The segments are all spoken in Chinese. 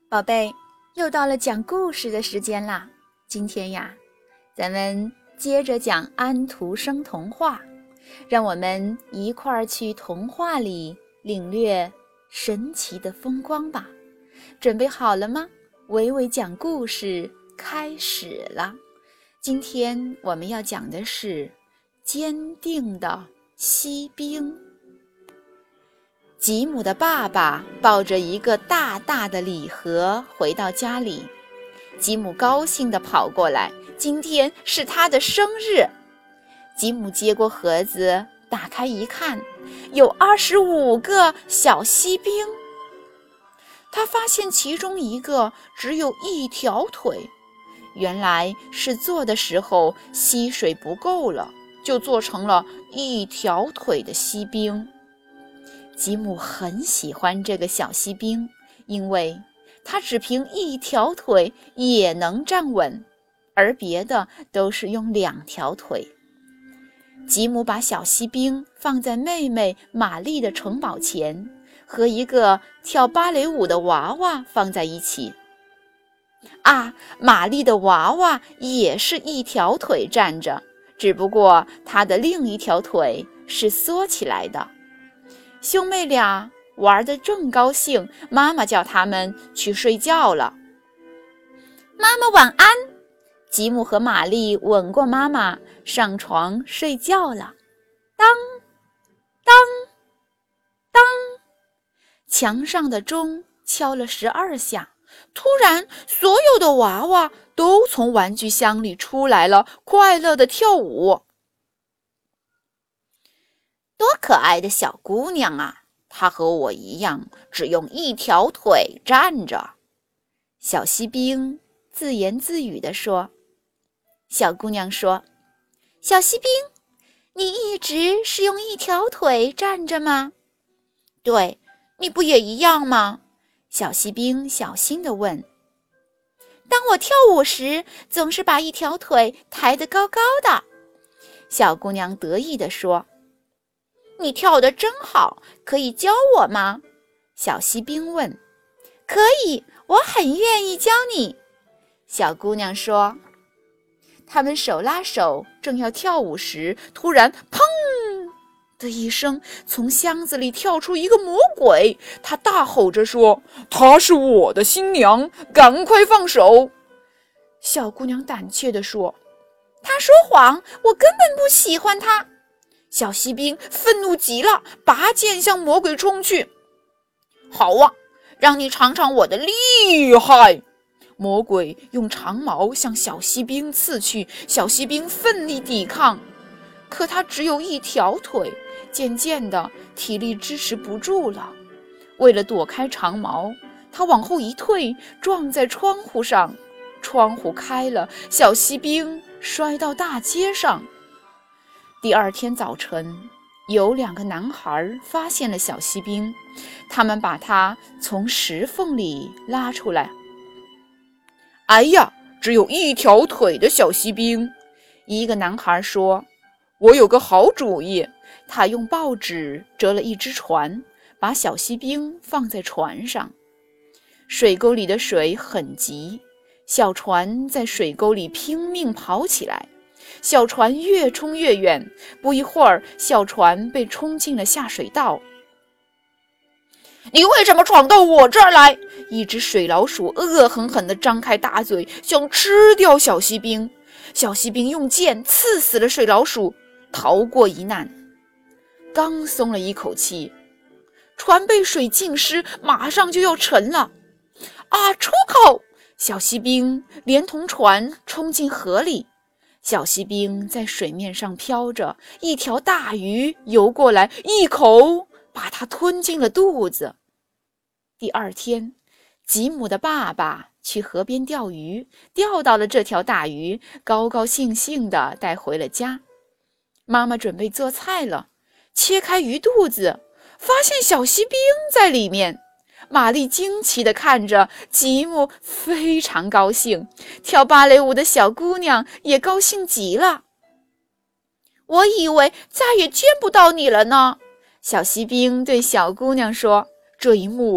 宝贝，又到了讲故事的时间啦！今天呀，咱们接着讲安徒生童话，让我们一块儿去童话里领略神奇的风光吧。准备好了吗？伟伟讲故事开始了。今天我们要讲的是坚定的锡兵。吉姆的爸爸抱着一个大大的礼盒回到家里，吉姆高兴地跑过来，今天是他的生日。吉姆接过盒子，打开一看，有25个小锡兵。他发现其中一个只有一条腿，原来是做的时候吸水不够了，就做成了一条腿的锡兵。吉姆很喜欢这个小锡兵，因为他只凭一条腿也能站稳，而别的都是用2条腿。吉姆把小锡兵放在妹妹玛丽的城堡前，和一个跳芭蕾舞的娃娃放在一起。玛丽的娃娃也是一条腿站着，只不过她的另一条腿是缩起来的。兄妹俩玩得正高兴，妈妈叫他们去睡觉了。妈妈晚安。吉姆和玛丽吻过妈妈，上床睡觉了。当当当，墙上的钟敲了12下。突然，所有的娃娃都从玩具箱里出来了，快乐地跳舞。多可爱的小姑娘啊！她和我一样，只用一条腿站着。小锡兵自言自语地说。小姑娘说：“小锡兵，你一直是用一条腿站着吗？”“对，你不也一样吗？”小锡兵小心地问。“当我跳舞时，总是把一条腿抬得高高的。”小姑娘得意地说。“你跳得真好，可以教我吗？”小锡兵问。“可以，我很愿意教你。”小姑娘说。他们手拉手，正要跳舞时，突然砰的一声，从箱子里跳出一个魔鬼，他大吼着说：“她是我的新娘，赶快放手！”小姑娘胆怯地说：“她说谎，我根本不喜欢她。”小锡兵愤怒极了，拔剑向魔鬼冲去。“好啊，让你尝尝我的厉害！”魔鬼用长矛向小锡兵刺去，小锡兵奋力抵抗，可他只有一条腿，渐渐的体力支持不住了。为了躲开长矛，他往后一退，撞在窗户上，窗户开了，小锡兵摔到大街上。第二天早晨，有2个男孩发现了小锡兵，他们把他从石缝里拉出来。“哎呀，只有一条腿的小锡兵！”一个男孩说。“我有个好主意。”他用报纸折了一只船，把小锡兵放在船上。水沟里的水很急，小船在水沟里拼命跑起来。小船越冲越远，不一会儿，小船被冲进了下水道。“你为什么闯到我这儿来？”一只水老鼠恶狠狠地张开大嘴，想吃掉小锡兵。小锡兵用剑刺死了水老鼠，逃过一难。刚松了一口气，船被水浸湿，马上就要沉了。出口！小锡兵连同船冲进河里。小锡兵在水面上飘着，一条大鱼游过来，一口把它吞进了肚子。第二天，吉姆的爸爸去河边钓鱼，钓到了这条大鱼，高高兴兴地带回了家。妈妈准备做菜了，切开鱼肚子，发现小锡兵在里面。玛丽惊奇地看着，吉姆非常高兴，跳芭蕾舞的小姑娘也高兴极了。“我以为再也见不到你了呢。”小锡兵对小姑娘说。这一幕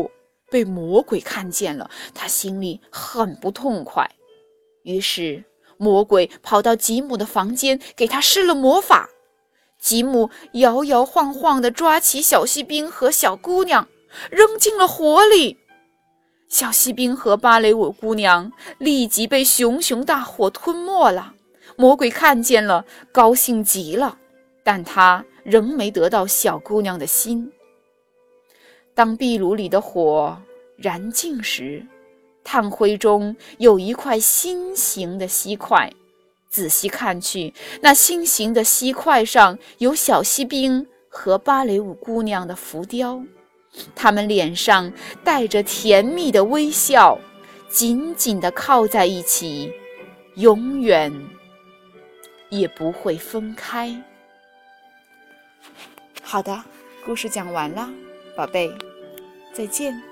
被魔鬼看见了，他心里很不痛快。于是魔鬼跑到吉姆的房间，给他施了魔法。吉姆摇摇晃晃地抓起小锡兵和小姑娘，扔进了火里。小锡兵和芭蕾舞姑娘立即被熊熊大火吞没了。魔鬼看见了，高兴极了，但他仍没得到小姑娘的心。当壁炉里的火燃尽时，炭灰中有一块心形的锡块。仔细看去，那心形的锡块上有小锡兵和芭蕾舞姑娘的浮雕，他们脸上带着甜蜜的微笑，紧紧地靠在一起，永远也不会分开。好的，故事讲完了，宝贝，再见。